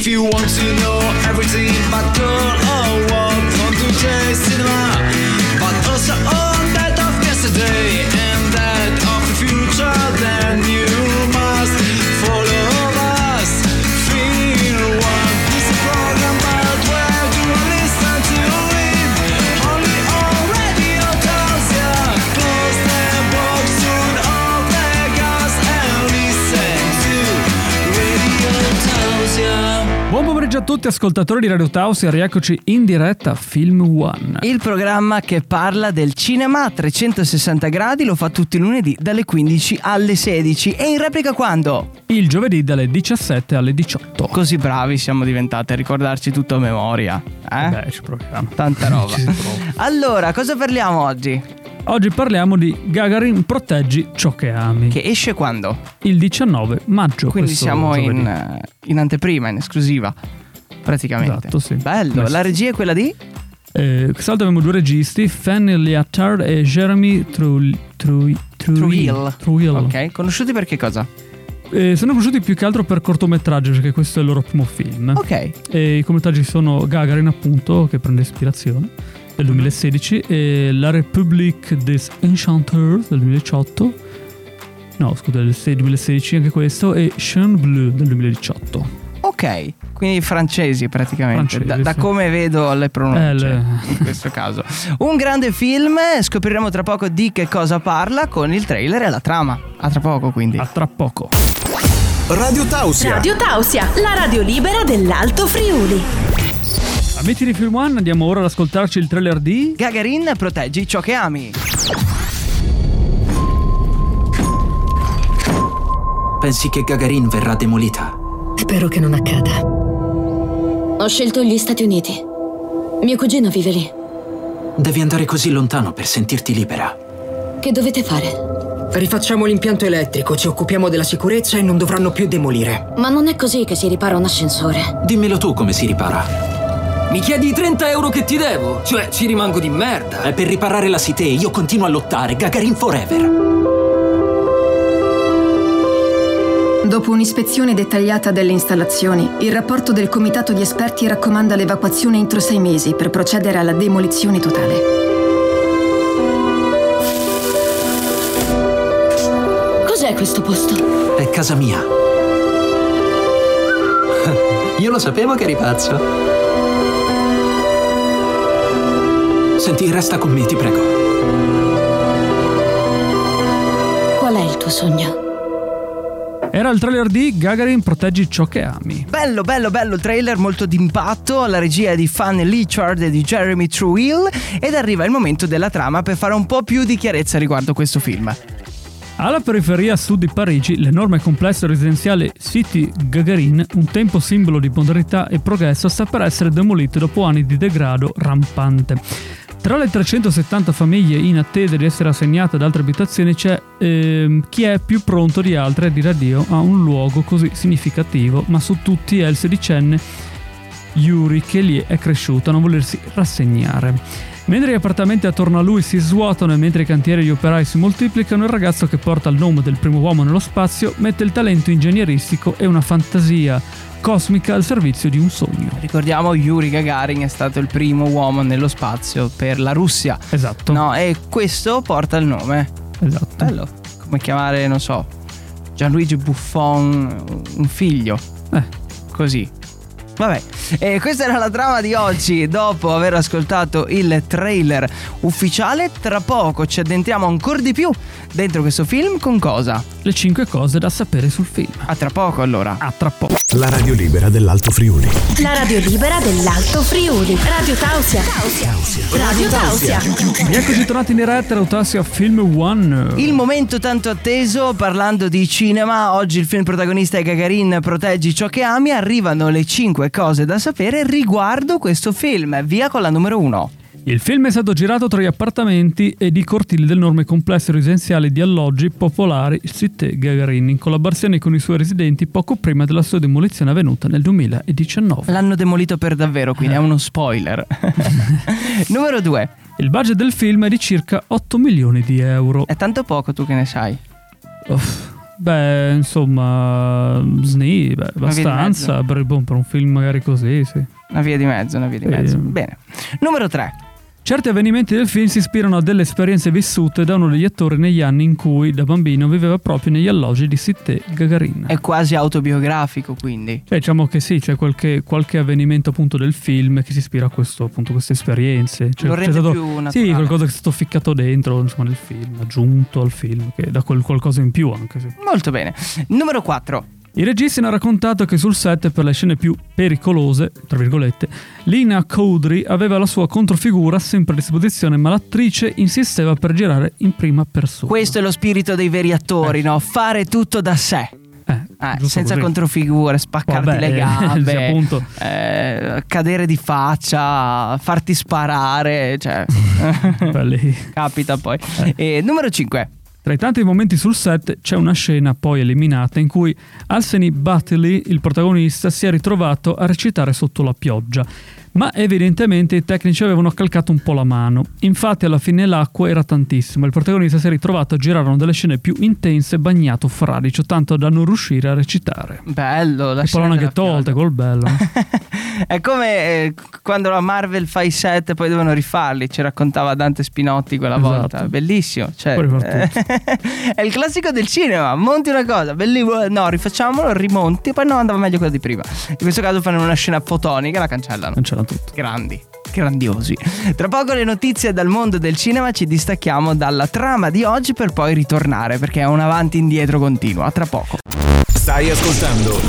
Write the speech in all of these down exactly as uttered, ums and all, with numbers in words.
you want to know everything about girl or what, want to taste cinema, but also all that of yesterday and that of the future, then you must follow us. Feel one piece of program, but where do I listen to it? Only on Radio Tausia. Close the box, soon all Vegas and listen to Radio Tausia. Buon pomeriggio a tutti ascoltatori di Radio Tausia, rieccoci in diretta a Film One, il programma che parla del cinema a trecentosessanta gradi, lo fa tutti i lunedì dalle quindici alle sedici e in replica quando? il giovedì dalle diciassette alle diciotto. Così bravi siamo diventati a ricordarci tutto a memoria, eh? Beh, ci proviamo. Tanta roba. Allora, cosa parliamo oggi? Oggi parliamo di Gagarin proteggi ciò che ami, Che esce quando? il diciannove maggio. Quindi questo siamo giovedì. in, in anteprima, in esclusiva, praticamente. Esatto, sì. Bello, Questo. la regia è quella di? Eh, quest'altro abbiamo due registi, Fanny Leotard e Jeremy Trul- Tru- Tru- Trujillo. Trujillo. Ok, conosciuti per che cosa? Eh, sono conosciuti più che altro per cortometraggi, perché questo è il loro primo film. Ok. E i cortometraggi sono Gagarin, appunto, che prende ispirazione, del duemilasedici, e La République des Enchanteurs del duemiladiciotto. No, scusa, del duemilasedici anche questo, e Chien Bleu del duemiladiciotto. Ok, quindi francesi praticamente, Francesi, da, da sì. come vedo le pronunce Eh, le- in questo caso. Un grande film, scopriremo tra poco di che cosa parla con il trailer e la trama. A tra poco quindi. A tra poco. Radio Tausia. Radio Tausia, la radio libera dell'Alto Friuli. Amici di Film One, andiamo ora ad ascoltarci il trailer di Gagarin proteggi ciò che ami. Pensi che Gagarin verrà demolita? Spero che non accada. Ho scelto gli Stati Uniti. Mio cugino vive lì. Devi andare così lontano per sentirti libera. Che dovete fare? Rifacciamo l'impianto elettrico, ci occupiamo della sicurezza e non dovranno più demolire. Ma non è così che si ripara un ascensore. Dimmelo tu come si ripara. Mi chiedi i trenta euro che ti devo? Cioè, ci rimango di merda. E per riparare la Cité io continuo a lottare. Gagarin forever. Dopo un'ispezione dettagliata delle installazioni, il rapporto del comitato di esperti raccomanda l'evacuazione entro sei mesi per procedere alla demolizione totale. Cos'è questo posto? È casa mia. Io lo sapevo che eri pazzo. Senti, resta con me, ti prego. Qual è il tuo sogno? Era il trailer di Gagarin proteggi ciò che ami. Bello, bello, bello il trailer, molto d'impatto. La regia è di Fanny Leotard e di Jeremy Trujillo. Ed arriva il momento della trama per fare un po' più di chiarezza riguardo questo film. Alla periferia sud di Parigi, l'enorme complesso residenziale Cité Gagarin, un tempo simbolo di modernità e progresso, sta per essere demolito dopo anni di degrado rampante. Tra le trecentosettanta famiglie in attesa di essere assegnate ad altre abitazioni c'è ehm, chi è più pronto di altri a dire addio a un luogo così significativo, ma su tutti è il sedicenne Yuri che lì è cresciuto a non volersi rassegnare. Mentre gli appartamenti attorno a lui si svuotano e mentre i cantieri e gli operai si moltiplicano, il ragazzo che porta il nome del primo uomo nello spazio mette il talento ingegneristico e una fantasia cosmica al servizio di un sogno. Ricordiamo, Yuri Gagarin è stato il primo uomo nello spazio per la Russia. Esatto. No, e questo porta il nome. Esatto. Bello. Come chiamare, non so, Gianluigi Buffon un figlio. Eh. Così. Vabbè, e questa era la trama di oggi. Dopo aver ascoltato il trailer ufficiale, tra poco ci addentriamo ancora di più dentro questo film con cosa? Le cinque cose da sapere sul film. A tra poco allora. A tra poco. La radio libera dell'Alto Friuli. La radio libera dell'Alto Friuli. Radio Tausia. Radio Tausia. Rieccoci tornati in diretta da Tausia Film One. Il momento tanto atteso, parlando di cinema, oggi il film protagonista è Gagarin proteggi ciò che ami. Arrivano le cinque cose da sapere riguardo questo film. Via con la numero uno. Il film è stato girato tra gli appartamenti ed i cortili dell'enorme complesso residenziale di alloggi popolari Cité Gagarin, in collaborazione con i suoi residenti poco prima della sua demolizione avvenuta nel duemiladiciannove. L'hanno demolito per davvero, quindi è uno spoiler. Numero due. Il budget del film è di circa otto milioni di euro. È tanto poco, tu che ne sai? Uff, Beh, insomma, sni, beh, abbastanza per, boh, per un film magari così, sì. Una via di mezzo, una via di Sì. mezzo. Bene. Numero tre. Certi avvenimenti del film si ispirano a delle esperienze vissute da uno degli attori negli anni in cui, da bambino, viveva proprio negli alloggi di Cité Gagarin. È quasi autobiografico, quindi. Cioè, diciamo che sì, c'è qualche, qualche avvenimento appunto del film che si ispira a questo, appunto, queste esperienze. Cioè, Lo c'è rende stato, più naturale. sì, qualcosa che è stato ficcato dentro, insomma, nel film, aggiunto al film, che dà quel qualcosa in più anche. Sì. Molto bene. Numero quattro. I registi hanno raccontato che sul set, per le scene più pericolose, tra virgolette, Lina Cowdery aveva la sua controfigura sempre a disposizione, ma l'attrice insisteva per girare in prima persona. Questo è lo spirito dei veri attori, Eh. no? Fare tutto da sé. Eh, Eh, giusto senza così. controfigure, spaccarti Vabbè, le eh, gambe, sì, appunto. eh, cadere di faccia, farti sparare, cioè Beh, lì. capita poi. E numero cinque. Tra i tanti momenti sul set c'è una scena poi eliminata in cui Alseny Battley, il protagonista, si è ritrovato a recitare sotto la pioggia, ma evidentemente i tecnici avevano calcato un po' la mano. Infatti alla fine l'acqua era tantissima, il protagonista si è ritrovato a girare una delle scene più intense bagnato fradicio, tanto da non riuscire a recitare. Bello, la E poi scena l'hanno della anche tolte, pioggia. col bello. È come eh, quando la Marvel fa i set e poi devono rifarli, ci raccontava Dante Spinotti quella Esatto. volta. Bellissimo, cioè, Puoi rifar tutto. eh, è il classico del cinema, monti una cosa, bellissimo, no, rifacciamolo, rimonti e poi no, andava meglio quella di prima. In questo caso fanno una scena fotonica e la cancellano. Cancella tutto. Grandi, grandiosi. Tra poco le notizie dal mondo del cinema, ci distacchiamo dalla trama di oggi per poi ritornare, perché è un avanti e indietro continuo. A tra poco. Stai ascoltando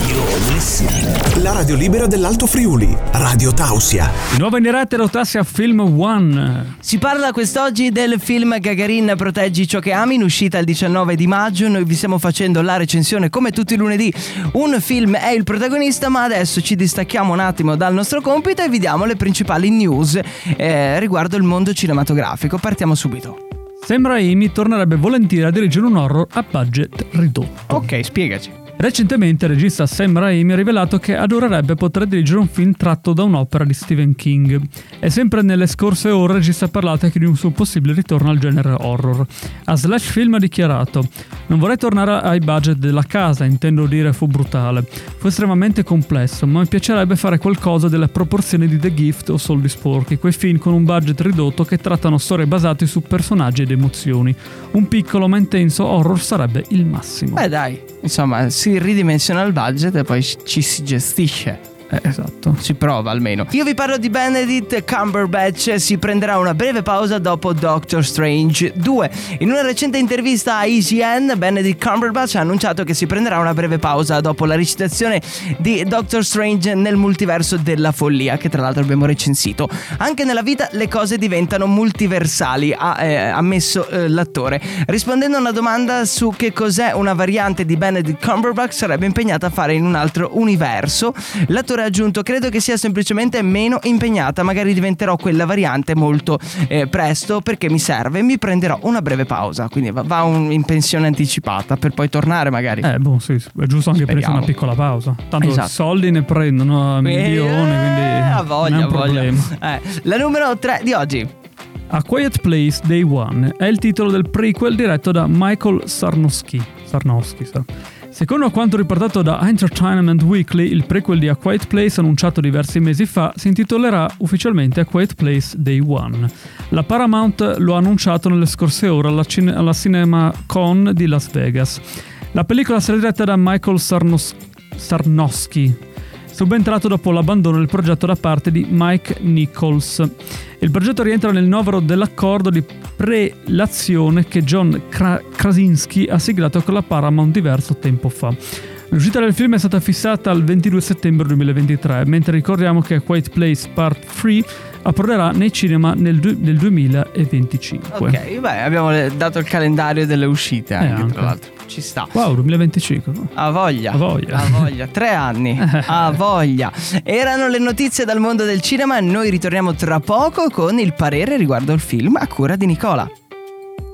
la radio libera dell'Alto Friuli, Radio Tausia. Di nuovo in diretta Rotassia Film One. Si parla quest'oggi del film Gagarin Proteggi ciò che ami, in uscita il diciannove di maggio. Noi vi stiamo facendo la recensione come tutti i lunedì. Un film è il protagonista, ma adesso ci distacchiamo un attimo dal nostro compito e vi diamo le principali news eh, riguardo il mondo cinematografico. Partiamo subito. Sam Raimi tornerebbe volentieri a dirigere un horror a budget ridotto. Ok, spiegaci. Recentemente il regista Sam Raimi ha rivelato che adorerebbe poter dirigere un film tratto da un'opera di Stephen King. E sempre nelle scorse ore il regista ha parlato anche di un suo possibile ritorno al genere horror. A Slash Film ha dichiarato: "Non vorrei tornare ai budget della casa, intendo dire fu brutale. Fu estremamente complesso, ma mi piacerebbe fare qualcosa delle proporzioni di The Gift o Soldi Sporchi, quei film con un budget ridotto che trattano storie basate su personaggi ed emozioni. Un piccolo ma intenso horror sarebbe il massimo." Beh dai, insomma, si ridimensiona il budget e poi ci si gestisce. Eh, esatto. Si prova almeno. Io vi parlo di Benedict Cumberbatch. Si prenderà una breve pausa dopo Doctor Strange due. In una recente intervista a E S P N, Benedict Cumberbatch ha annunciato che si prenderà una breve pausa dopo la recitazione di Doctor Strange nel multiverso della follia, che tra l'altro abbiamo recensito. Anche nella vita le cose diventano multiversali, ha eh, ammesso eh, l'attore. Rispondendo a una domanda su che cos'è una variante di Benedict Cumberbatch sarebbe impegnata a fare in un altro universo, l'attore ha aggiunto: "Credo che sia semplicemente meno impegnata, magari diventerò quella variante molto eh, presto perché mi serve, mi prenderò una breve pausa", quindi va, va un, in pensione anticipata per poi tornare magari. Eh, boh, sì, è giusto anche Speriamo. per una piccola pausa. Tanto Esatto. soldi ne prendono a milioni, quindi Eh, a voglia, non è a un voglia. problema. Eh, la numero tre di oggi. A Quiet Place Day One è il titolo del prequel diretto da Michael Sarnowski. Sarnowski, sa. Secondo quanto riportato da Entertainment Weekly, il prequel di A Quiet Place, annunciato diversi mesi fa, si intitolerà ufficialmente A Quiet Place Day One. La Paramount lo ha annunciato nelle scorse ore alla, cine- alla CinemaCon di Las Vegas. La pellicola sarà diretta da Michael Sarnos- Sarnowski, subentrato dopo l'abbandono del progetto da parte di Mike Nichols. Il progetto rientra nel novero dell'accordo di prelazione che John Kra- Krasinski ha siglato con la Paramount diverso tempo fa. L'uscita del film è stata fissata al ventidue settembre duemilaventitré, mentre ricordiamo che A Quiet Place Part tre approderà nei cinema nel, du- nel duemilaventicinque. Ok, beh, abbiamo le- dato il calendario delle uscite anche, anche. tra l'altro. Ci sta. Wow, duemilaventicinque. A voglia. A voglia. A voglia. Tre anni. A voglia. Erano le notizie dal mondo del cinema. Noi ritorniamo tra poco con il parere riguardo il film a cura di Nicola.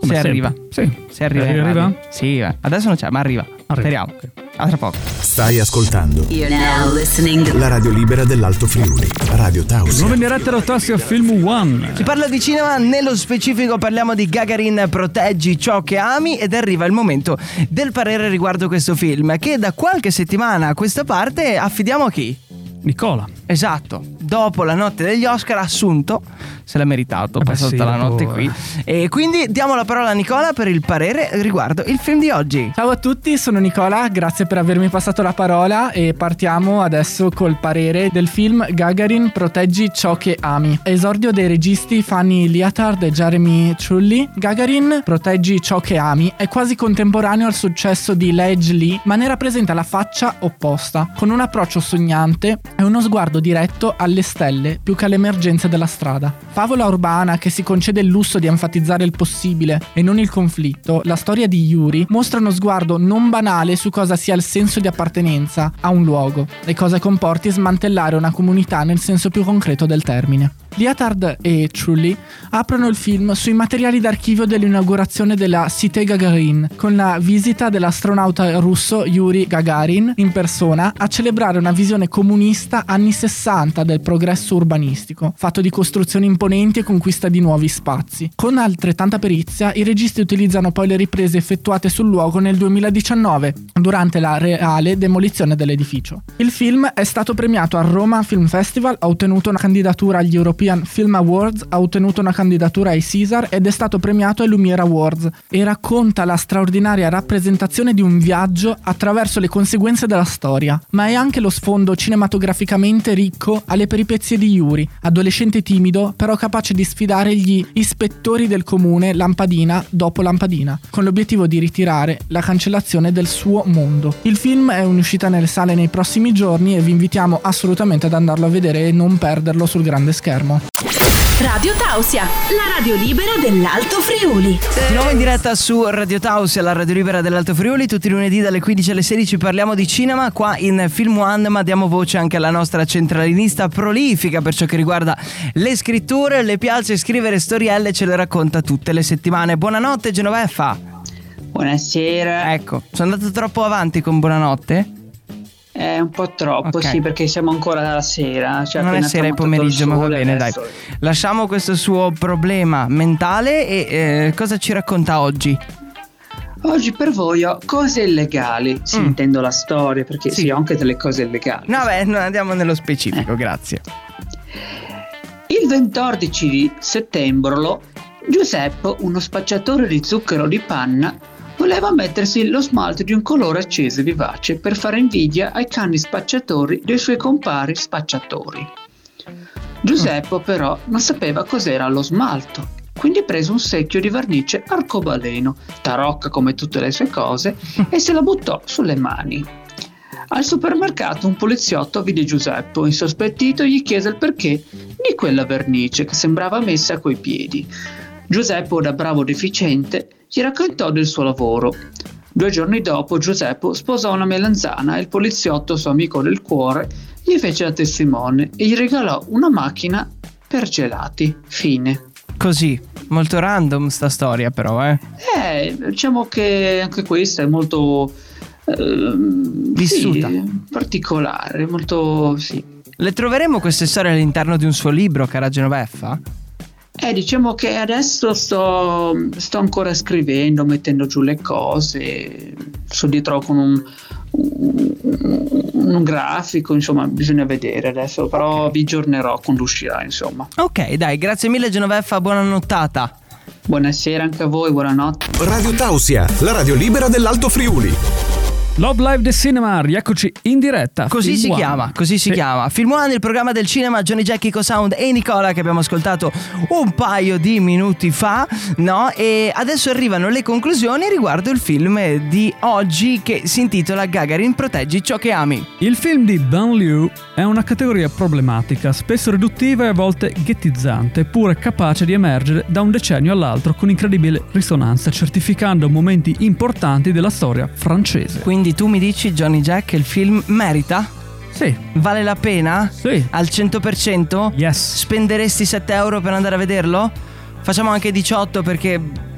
Come se sempre. arriva. Sì. Se arriva. Eh, arriva? Sì, eh. Adesso non c'è, ma arriva. Arriva. Speriamo. Ok. A tra poco. Stai ascoltando la radio libera dell'Alto Friuli, Radio Tausia. Nuova in diretta da Tausia Film One. Si parla di cinema, nello specifico parliamo di Gagarin Proteggi ciò che ami ed arriva il momento del parere riguardo questo film che da qualche settimana a questa parte affidiamo a chi? Nicola. Esatto, dopo la notte degli Oscar ha assunto, se l'ha meritato, Eh beh, passa sì, tutta la dopo, notte qui. E quindi diamo la parola a Nicola per il parere riguardo il film di oggi. Ciao a tutti, sono Nicola, grazie per avermi passato la parola e partiamo adesso col parere del film Gagarin Proteggi ciò che ami. Esordio dei registi Fanny Liatard e Jeremy Trulli. Gagarin Proteggi ciò che ami è quasi contemporaneo al successo di Ledge Lee, ma ne rappresenta la faccia opposta, con un approccio sognante e uno sguardo diretto alle stelle più che alle emergenze della strada. Favola urbana che si concede il lusso di enfatizzare il possibile e non il conflitto, la storia di Yuri mostra uno sguardo non banale su cosa sia il senso di appartenenza a un luogo e cosa comporti smantellare una comunità nel senso più concreto del termine. Liatard e Trulli aprono il film sui materiali d'archivio dell'inaugurazione della Cité Gagarin, con la visita dell'astronauta russo Yuri Gagarin in persona a celebrare una visione comunista anni sessanta del progresso urbanistico, fatto di costruzioni imponenti e conquista di nuovi spazi. Con altrettanta perizia, i registi utilizzano poi le riprese effettuate sul luogo nel duemiladiciannove, durante la reale demolizione dell'edificio. Il film è stato premiato al Roma Film Festival, ha ottenuto una candidatura agli European Film Awards, ha ottenuto una candidatura ai César ed è stato premiato ai Lumiere Awards e racconta la straordinaria rappresentazione di un viaggio attraverso le conseguenze della storia, ma è anche lo sfondo cinematograficamente ricco alle peripezie di Yuri, adolescente timido però capace di sfidare gli ispettori del comune lampadina dopo lampadina, con l'obiettivo di ritirare la cancellazione del suo mondo. Il film è un'uscita nelle sale nei prossimi giorni e vi invitiamo assolutamente ad andarlo a vedere e non perderlo sul grande schermo. Radio Tausia, la radio libera dell'Alto Friuli. Di nuovo in diretta su Radio Tausia, la radio libera dell'Alto Friuli. Tutti i lunedì dalle quindici alle sedici parliamo di cinema qua in Film One, ma diamo voce anche alla nostra centralinista prolifica per ciò che riguarda le scritture. Le piace scrivere storielle, ce le racconta tutte le settimane. Buonanotte Genoveffa. Buonasera. Ecco, sono andato troppo avanti con buonanotte? È un po' troppo, okay. Sì, perché siamo ancora alla sera. Cioè non è sera, è pomeriggio, ma va bene, adesso. dai. Lasciamo questo suo problema mentale e eh, cosa ci racconta oggi? Oggi per voi ho cose illegali. Sì, mm. intendo la storia, perché sì. sì, ho anche delle cose illegali. No, beh, non andiamo nello specifico, eh. grazie. Il ventordici di settembre, Giuseppe, uno spacciatore di zucchero di panna, voleva mettersi lo smalto di un colore acceso e vivace per fare invidia ai cani spacciatori dei suoi compari spacciatori. Giuseppe però non sapeva cos'era lo smalto, quindi prese un secchio di vernice arcobaleno, tarocca come tutte le sue cose, e se la buttò sulle mani. Al supermercato un poliziotto vide Giuseppe, insospettito, e gli chiese il perché di quella vernice che sembrava messa coi piedi. Giuseppe, da bravo deficiente, gli raccontò del suo lavoro. Due giorni dopo Giuseppe sposò una melanzana e il poliziotto, suo amico del cuore, gli fece da testimone e gli regalò una macchina per gelati. Fine. Così, molto random sta storia però, eh? Eh, diciamo che anche questa è molto... Eh, vissuta. Sì, particolare, molto... sì. Le troveremo queste storie all'interno di un suo libro, cara Genoveffa? Eh, diciamo che adesso sto, sto ancora scrivendo, mettendo giù le cose, sto dietro con un, un, un grafico, insomma bisogna vedere adesso, però okay. vi aggiornerò quando uscirà, insomma. Ok, dai, grazie mille Genoveffa, buona nottata. Buonasera anche a voi, buonanotte. Radio Tausia, la radio libera dell'Alto Friuli. Love Live The Cinema, rieccoci in diretta. Così Film si One. chiama, così si sì. chiama. Film One, il programma del cinema. Johnny Jack, Ico Sound e Nicola che abbiamo ascoltato un paio di minuti fa, no? E adesso arrivano le conclusioni riguardo il film di oggi che si intitola Gagarin Proteggi ciò che ami. Il film di Ben Liu è una categoria problematica, spesso riduttiva e a volte ghettizzante, eppure capace di emergere da un decennio all'altro con incredibile risonanza, certificando momenti importanti della storia francese. Quindi tu mi dici, Johnny Jack, che il film merita? Sì. Vale la pena? Sì. Al cento per cento? Yes. Spenderesti sette euro per andare a vederlo? Facciamo anche diciotto perché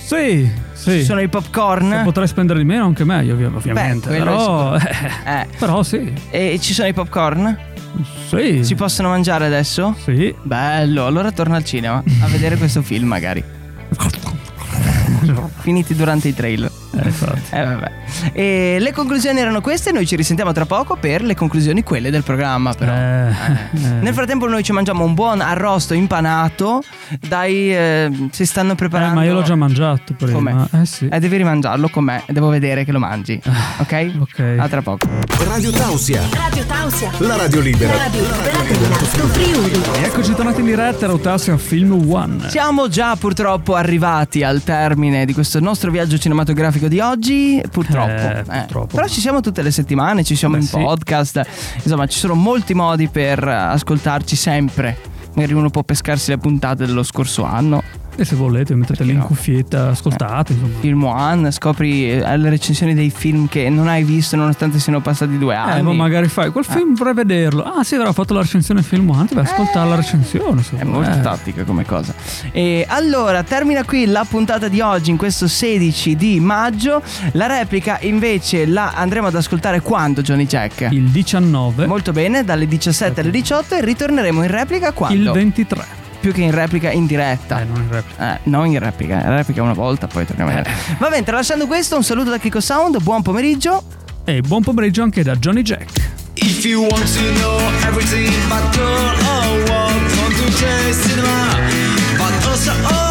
Sì, sì. Ci sono i popcorn. Se potrei spendere di meno anche meglio, ovviamente. Beh, però, eh. eh, però sì. E ci sono i popcorn? Sì. Si possono mangiare adesso? Sì. Bello, allora torna al cinema a vedere questo film magari. Finiti durante i trailer. Eh, eh vabbè. E le conclusioni erano queste. Noi ci risentiamo tra poco per le conclusioni, quelle del programma però. Eh, eh. eh. Nel frattempo noi ci mangiamo un buon arrosto impanato. Dai, eh, si stanno preparando. Eh, ma io l'ho già mangiato prima. Com'è? Eh sì. Eh, devi rimangiarlo con me. Devo vedere che lo mangi. Ok? Ok. A tra poco. Radio Tausia. Radio Tausia. La radio libera. La radio libera dell'Alto Friuli. Eccoci tornati in diretta, Rautausia Film One. Siamo già purtroppo arrivati al termine di questo nostro viaggio cinematografico di oggi. Purtroppo, Eh, eh. purtroppo. Però ci siamo tutte le settimane, ci siamo Beh, in sì. podcast. Insomma, ci sono molti modi per ascoltarci sempre. Magari uno può pescarsi le puntate dello scorso anno. E se volete mettete lì in no? cuffietta, ascoltate, insomma. Film One, scopri eh, le recensioni dei film che non hai visto nonostante siano passati due anni. Eh, ma magari fai quel film, vorrei vederlo. Ah, sì, avrà fatto la recensione Film One. Vai ascoltare la recensione. È molto eh. tattica come cosa. E allora termina qui la puntata di oggi in questo sedici di maggio. La replica invece la andremo ad ascoltare quando, Johnny Jack? Il diciannove. Molto bene, dalle diciassette alle diciotto e ritorneremo in replica quando? Il ventitré. Più che in replica in diretta. Eh, non in replica. Eh, no, in replica. In replica una volta, poi torniamo in replica. Va bene, tralasciando questo, un saluto da Kiko Sound, buon pomeriggio. E buon pomeriggio anche da Johnny Jack. If you want to know everything about girl or what, want to taste cinema, but also